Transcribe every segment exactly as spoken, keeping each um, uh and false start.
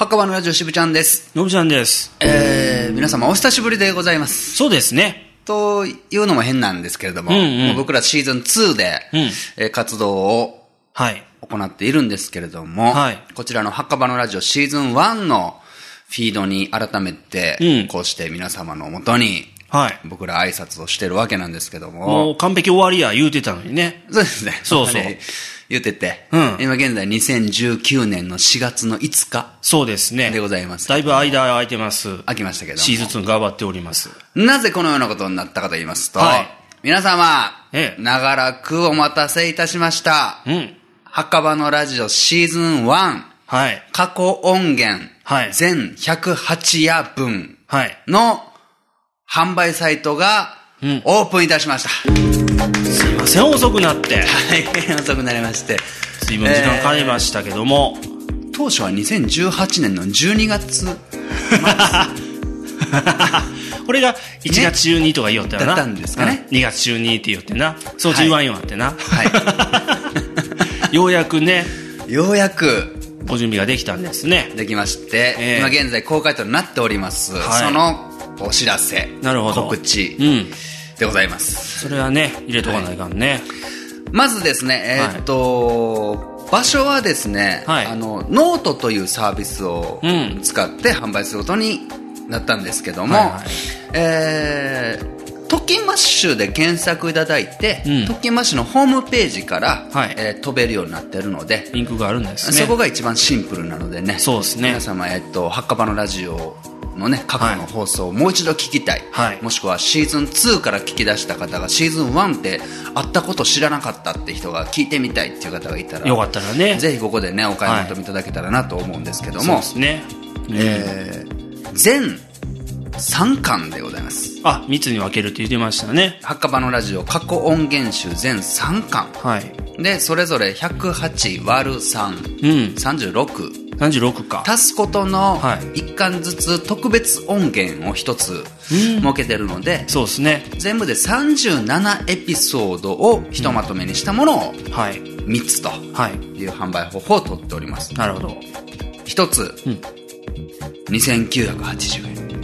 墓場のラジオしぶちゃんです。 のぶちゃんです。 えー、皆様お久しぶりでございます。 そうですね。 というのも変なんですけれども、うんうん、もう僕らシーズンツーで、うんえー、活動を行っているんですけれども、はい、こちらの墓場のラジオシーズンワンのフィードに改めて、うん、こうして皆様のもとに、はい、僕ら挨拶をしてるわけなんですけども。 もう完璧終わりや言うてたのにね。 そうですね。 そうそう。 言ってて、うん、今現在にせんじゅうきゅうねんのしがつのいつか。 そうですね。 でございます。 だいぶ間空いてます。 空きましたけど。 シーズンツー頑張っております。 なぜこのようなことになったかと言いますと、はい、皆様、ええ、長らくお待たせいたしました。うん。墓場のラジオシーズンワン。はい。過去音源。はい。全ひゃくはちやぶん。はい。の販売サイトが、うん、オープンいたしました。 すいません、遅くなって。 はい、遅くなりまして。 随分時間かかりましたけども、えー、当初はにせんじゅうはちねんのじゅうにがつこれがいちがつ中にとか言おったよな。 だったんですかね、 うん、にがつ中にって言ってな。そう言わんようになってな、はい、ようやくねようやくご準備ができたんですね。 できまして、えー、今現在公開となっております、はい、そのお知らせ、 なるほど、 告知、うんでございます。 それはね入れとかないかんね、はい、 まずですねえー、っと、はい、場所はですね、はい、あのノートというサービスを使って販売することになったんですけども、はいはい、えー、トキマッシュで検索いただいて、うん、トキマッシュのホームページから、はい、えー、飛べるようになっているので、 リンクがあるんですね。 そこが一番シンプルなのでね、 そうですね、 皆様、えー、っと墓場のラジオのね、過去の放送をもう一度聞きたい、はい、もしくはシーズンツーから聞き出した方がシーズンワンってあったこと知らなかったって人が聞いてみたいっていう方がいたら、 よかったらね、 ぜひここでねお買い求めいただけたらなと思うんですけども、 はい、そうですね、 えー、全さんかんでございます。 あ、みっつに分けるって言ってましたね。 墓場のラジオ過去音源集全さんかん、はい、でそれぞれひゃくはちわるさん、うん、さんじゅうろくさんじゅうろくか足すことのいっかんずつ特別音源をひとつ設けてるので、 うん、そうですね、 全部でさんじゅうななエピソードをひとまとめにしたものをみっつという販売方法をとっております。 なるほど。 ひとつ、うん、にせんきゅうひゃくはちじゅうえん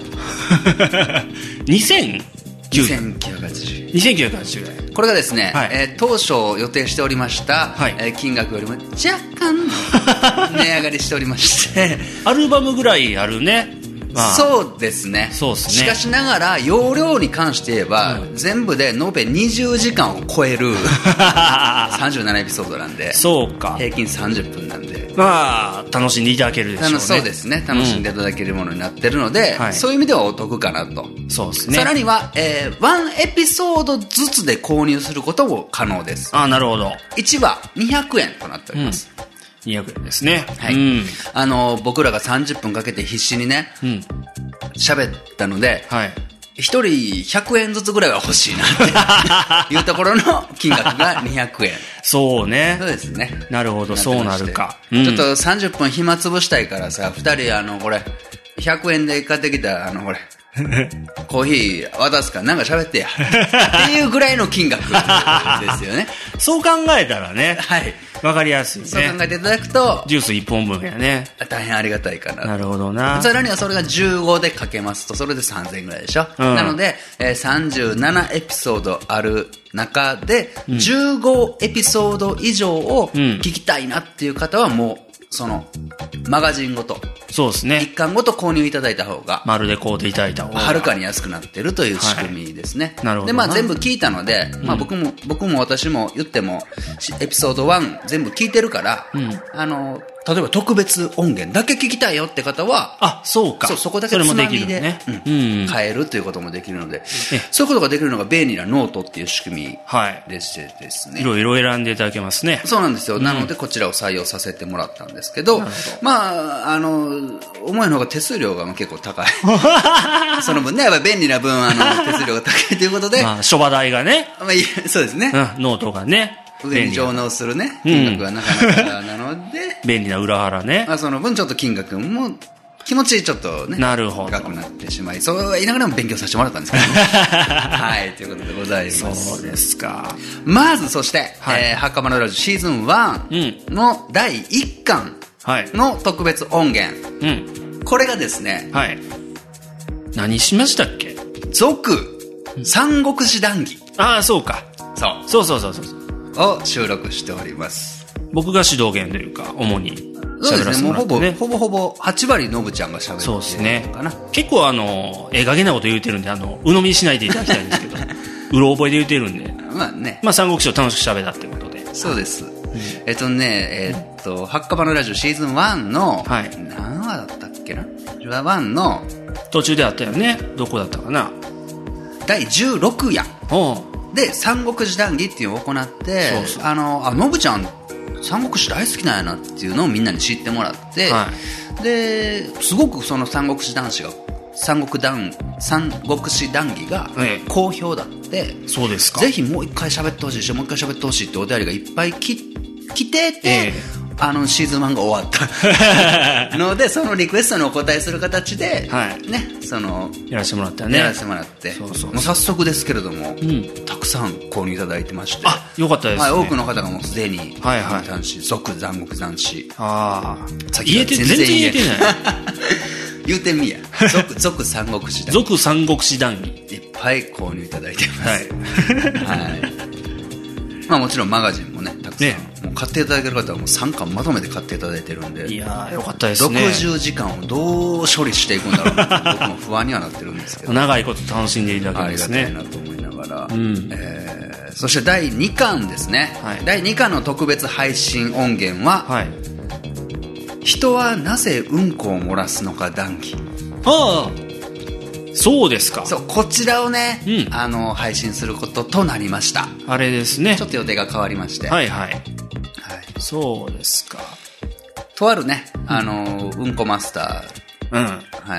にせんきゅうひゃくはちじゅうえんにせんきゅうひゃくはちじゅうえん、 これがですね、はい、えー、当初予定しておりました、はい、えー、金額よりも若干値上がりしておりましてアルバムぐらいあるね、 まあ、そうですね。 そうですね。 しかしながら容量に関して言えば、うん、全部で延べにじゅうじかんを超えるさんじゅうななエピソードなんで、 そうか、 平均さんじゅっぷんなんで、 まあ楽しんでいただけるでしょうね。 そうですね、楽しんでいただけるものになってるので、うん、そういう意味ではお得かなと。 そうですね。 さらには、えー、ワンエピソードずつで購入することも可能です。 あ、なるほど。 いちわにひゃくえんとなっております、うん、 にひゃくえんですね。 はい、うん、あの僕らがさんじゅっぷんかけて必死にね喋、うん、ったので、はい、ひとりひゃくえんずつぐらいは欲しいなっていうところの金額がにひゃくえん。 そうね。 そうですね。 なるほど、そうなるか、 うん、ちょっとさんじゅっぷん暇つぶしたいからさ、ふたりあのこれひゃくえんで買ってきたあのこれコーヒー渡すからなんか喋ってやっていうぐらいの金額ですよね。 そう考えたらね、はい、わかりやすいね。 そう考えていただくとジュースいっぽんぶんやね。 大変ありがたいかな。 なるほどな。 さらにはそれがじゅうごでかけますとそれでさんぜんえんぐらいでしょ、うん、なので、えー、さんじゅうななエピソードある中で、うん、じゅうごエピソード以上を聞きたいなっていう方はもうそのマガジンごと、 そうですね、 いっかんごと購入いただいた方がまるで買うていただいた方がはるかに安くなっているという仕組みですね、 はい、なるほど。 で、まあ、全部聞いたので、うん、まあ、僕も僕も私も言ってもエピソードワン全部聞いてるから、うん、あの例えば特別音源だけ聞きたいよって方は、 あ、そうか、 そう、そこだけつまみで、ね、うんうん、変えるということもできるので、そういうことができるのが便利なノートっていう仕組みでしてですね、 はい、いろいろ選んでいただけますね。 そうなんですよ、うん、なのでこちらを採用させてもらったんですけど、まああの思いの方が手数料が結構高いその分ね、やっぱり便利な分あの手数料が高いということで、 まあ、諸場代がね、 まあ、そうですね、 うん、ノートがね上に上納するね金額がなかなかなので、 うん、便利な裏腹ね、 まあ、その分ちょっと金額も気持ちちょっとねなるほど高くなってしまい、そう言いながらも勉強させてもらったんですけど、ね、はいということでございます。 そうですか。 まずそして、はい、えー、墓場のラジオシーズンワンのだいいっかんの特別音源、 うん、 これがですね、 はい、何しましたっけ？ 続三国志談義。 ああ、そうか。 そうそうそうそうそうを収録しております。 僕が主導権というか主に喋らせてもらってね。ほぼほぼほぼはち割のぶちゃんが喋ってるそうですね。結構あのええ加減なこと言うてるんで、あの鵜呑みにしないでいただきたいんですけどうろ覚えで言うてるんで、 まあね、 まあ三国志を楽しく喋ったってことで。 そうです、うん、えっとねえー、っとハッカバのラジオシーズンワンの、はい、何話だったっけな、ワンの途中であったよね。どこだったかな、 だいじゅうろくやで三国志談義っていうのを行って、そうそう、あのあのぶちゃん三国志大好きなんやなっていうのをみんなに知ってもらって、はい、ですごくその三国志男子が三国談三国志談義が好評だって、ええ、そうですか。ぜひもう一回喋ってほしいし、もう一回喋ってほしいってお便りがいっぱい来てて、ええ、あのシーズンワンが終わったので、そのリクエストにお答えする形で、はい、ね、そのやらせてもらったよね。 やらせてもらって、そうそうそう、もう早速ですけれども、うん、たくさん購入いただいてまして、 あ、よかったですね、 はい、多くの方がもうすでに、はいはい、残死続残国残死、 ああ、言えて全然言えてない言うてみや、続続三国志談義、 続三国志談義いっぱい購入いただいてます。はい、はい、まあもちろんマガジンもね、たくさん、ね、もう買っていただける方はもうさんかんまとめて買っていただいてるんで、 いやーよかったですね。 ろくじゅうじかんをどう処理していくんだろうな僕も不安にはなってるんですけど長いこと楽しんでいただけるんですね。 ありがたいなと思いながら、うん、えー、そしてだいにかんですね、はい、だいにかんの特別配信音源は、はい、人はなぜうんこを漏らすのか談義。 ああ、そうですか。 そう、こちらをね、うん、あの配信することとなりました。 あれですね、 ちょっと予定が変わりまして、 はいはい、はい、そうですか。 とあるね、あのうんこマスター、うん、はい、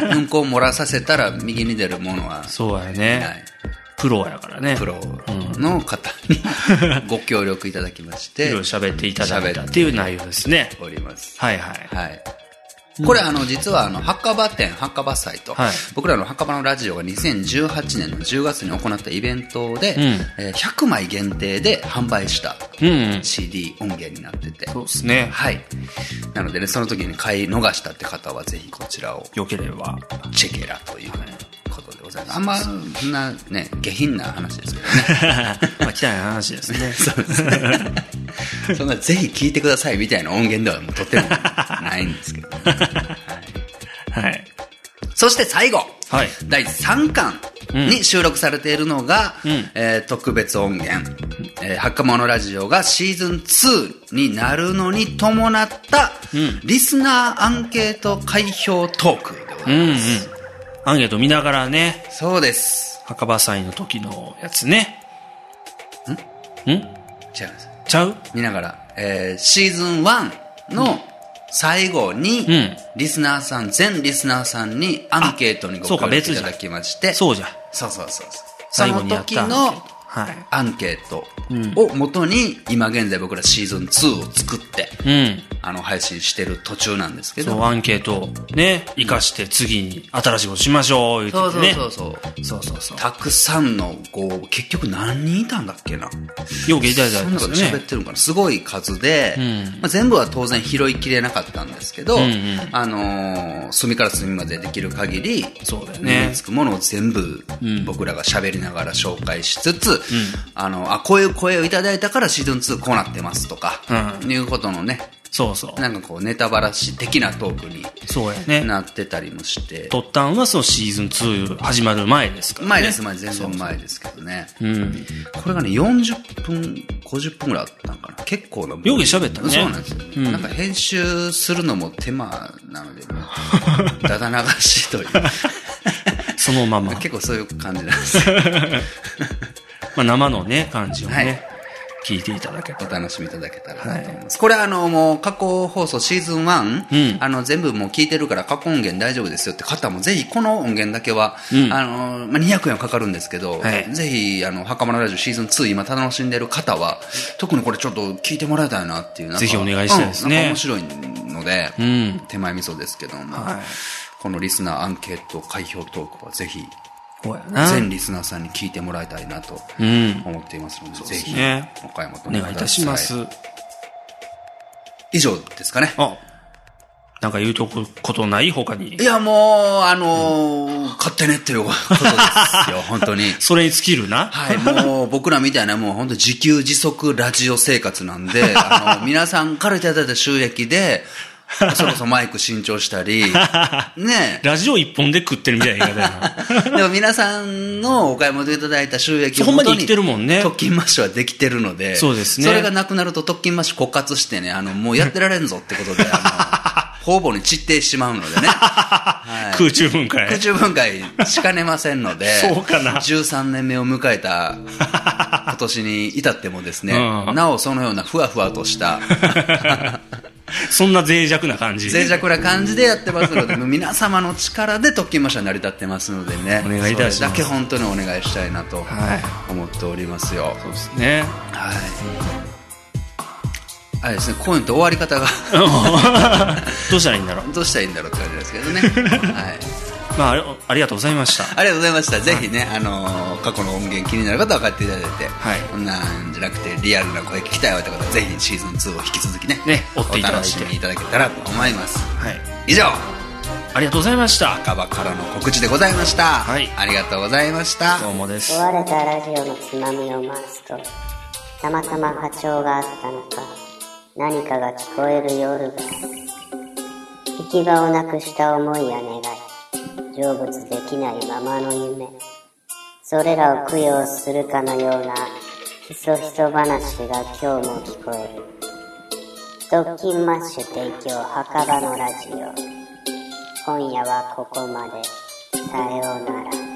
うんこを漏らさせたら右に出るものはそうやね、はい、プロやからね、 プロの方に、うん、ご協力いただきましていろいろ喋っていただいたっていう内容ですね。 おります。 はいはいはい。これあの実はあの墓場展、墓場祭と、はい、僕らの墓場のラジオがにせんじゅうはちねんのじゅうがつに行ったイベントで、うん、えー、ひゃくまい限定で販売した シーディー 音源になってて、 そうですね、 はい、なのでね、その時に買い逃したって方はぜひこちらをよければチェケラということでございます。あんまそんなね下品な話ですけどねまあ汚い話ですねそうですねそんなぜひ聞いてくださいみたいな音源ではもうとってもないんですけど、ね、はい、はい、そして最後、はい、だいさんかんに収録されているのが、うん、えー、特別音源、えー、墓場のラジオがシーズンツーになるのに伴った、うん、リスナーアンケート開票トークでございます、うんうん、 アンケート見ながらね。 そうです、 墓場祭の時のやつね。んん違います、 ちゃう見ながら、えー、シーズンワンの最後に、うん、リスナーさん、全リスナーさんにアンケートにご協力いただきまして、 そうじゃ、 そうそうそうそう、最後にやったその時のアンケートを元に今現在僕らシーズンツーを作って、うん、あの配信してる途中なんですけど、 そう、アンケートをね生かして次に新しいことしましょう言ってね、 そうそうそうそうそうそう、たくさんのご応募、結局何人いたんだっけな、 よくいただいたんですよね。そんなこと喋ってるのかな、すごい数で、うん、まあ、全部は当然拾いきれなかったんですけど、うんうん、あのー、隅から隅までできる限り、 そうだよね、 目につくものを全部僕らが喋りながら紹介しつつ、うん、あのあこういう声をいただいたからシーズンツーこうなってますとか、うん、いうことのね、 そうそうなんかこうネタばらし的なトークにそうや、ね、 なってたりもして、 撮ったんはそのシーズンツー始まる前ですからね。 前です、前全然前ですけどね、そうそう、うん、これがねよんじゅっぷんごじゅっぷんぐらいあったんかな、結構なよく喋ったね。 そうなんですよ、うん、なんか編集するのも手間なので、ね、だだ流しというそのまま結構そういう感じなんですまあ生のね感じをね、はい、聞いていただけたらお楽しみいただけたらなと思います、はい、これあのもう過去放送シーズンワン、うん、あの全部もう聞いてるから過去音源大丈夫ですよって方もぜひこの音源だけは、うん、あのまあ、にひゃくえんはかかるんですけど、はい、ぜひあの袴のラジオシーズンツー今楽しんでる方は特にこれちょっと聞いてもらいたいなっていう、 ぜひお願いしたいですね、 うん、なんか面白いので、うん、手前味噌ですけども、はい、このリスナーアンケート開票トークはぜひ全リスナーさんに聞いてもらいたいなと思っていますので、うん、ぜひ岡山とお願いいたします。 以上ですかね。 あ、なんか言うとくことない他に。 いや、もう、あのー、買ってねっていうことですよ、本当に。 それに尽きるな。 はい、もう僕らみたいなもう本当自給自足ラジオ生活なんで、あの、皆さんからいただいた収益で、それこそマイク新調したり、ね。 ラジオ一本で食ってるみたいな言い方やな。 でも皆さんのお買い物いただいた収益をほんまに生きてるもんね。 特勤マッシュはできてるので、 そうですね。 それがなくなると特勤マッシュ枯渇してね、あの、もうやってられんぞってことで、あの、方々に散ってしまうのでね。はい、空中分解。 空中分解しかねませんので、 そうかな。 じゅうさんねんめを迎えた今年に至ってもですね、うん、なおそのようなふわふわとしたそんな脆弱な感じ脆弱な感じでやってますので皆様の力で特勤マッシュは成り立ってますのでね、 お願いいたします。 それだけ本当にお願いしたいなと思っておりますよ、はい、 そうですね、 はい、あれですね、こういうのって終わり方がどうしたらいいんだろうどうしたらいいんだろうって感じですけどね、はい、 まあ、ありがとうございました。 ありがとうございました。ぜひね、あのー、過去の音源気になる方は買っていただいて、はい、こんなんじゃなくてリアルな声聞きたいわって方はぜひシーズンツーを引き続きね、 ね、追っていただいてお楽しみいただけたらと思います。 はい、 以上、 ありがとうございました。 赤羽からの告知でございました。はい、ありがとうございました。 どうもです。 壊れたラジオのつまみを回すと、たまたま波長があったのか、何かが聞こえる夜が、行き場をなくした思いや願い、成仏できないままの夢、それらを供養するかのようなひそひそ話が今日も聞こえる。特勤マッシュ提供墓場のラジオ、今夜はここまで。さようなら。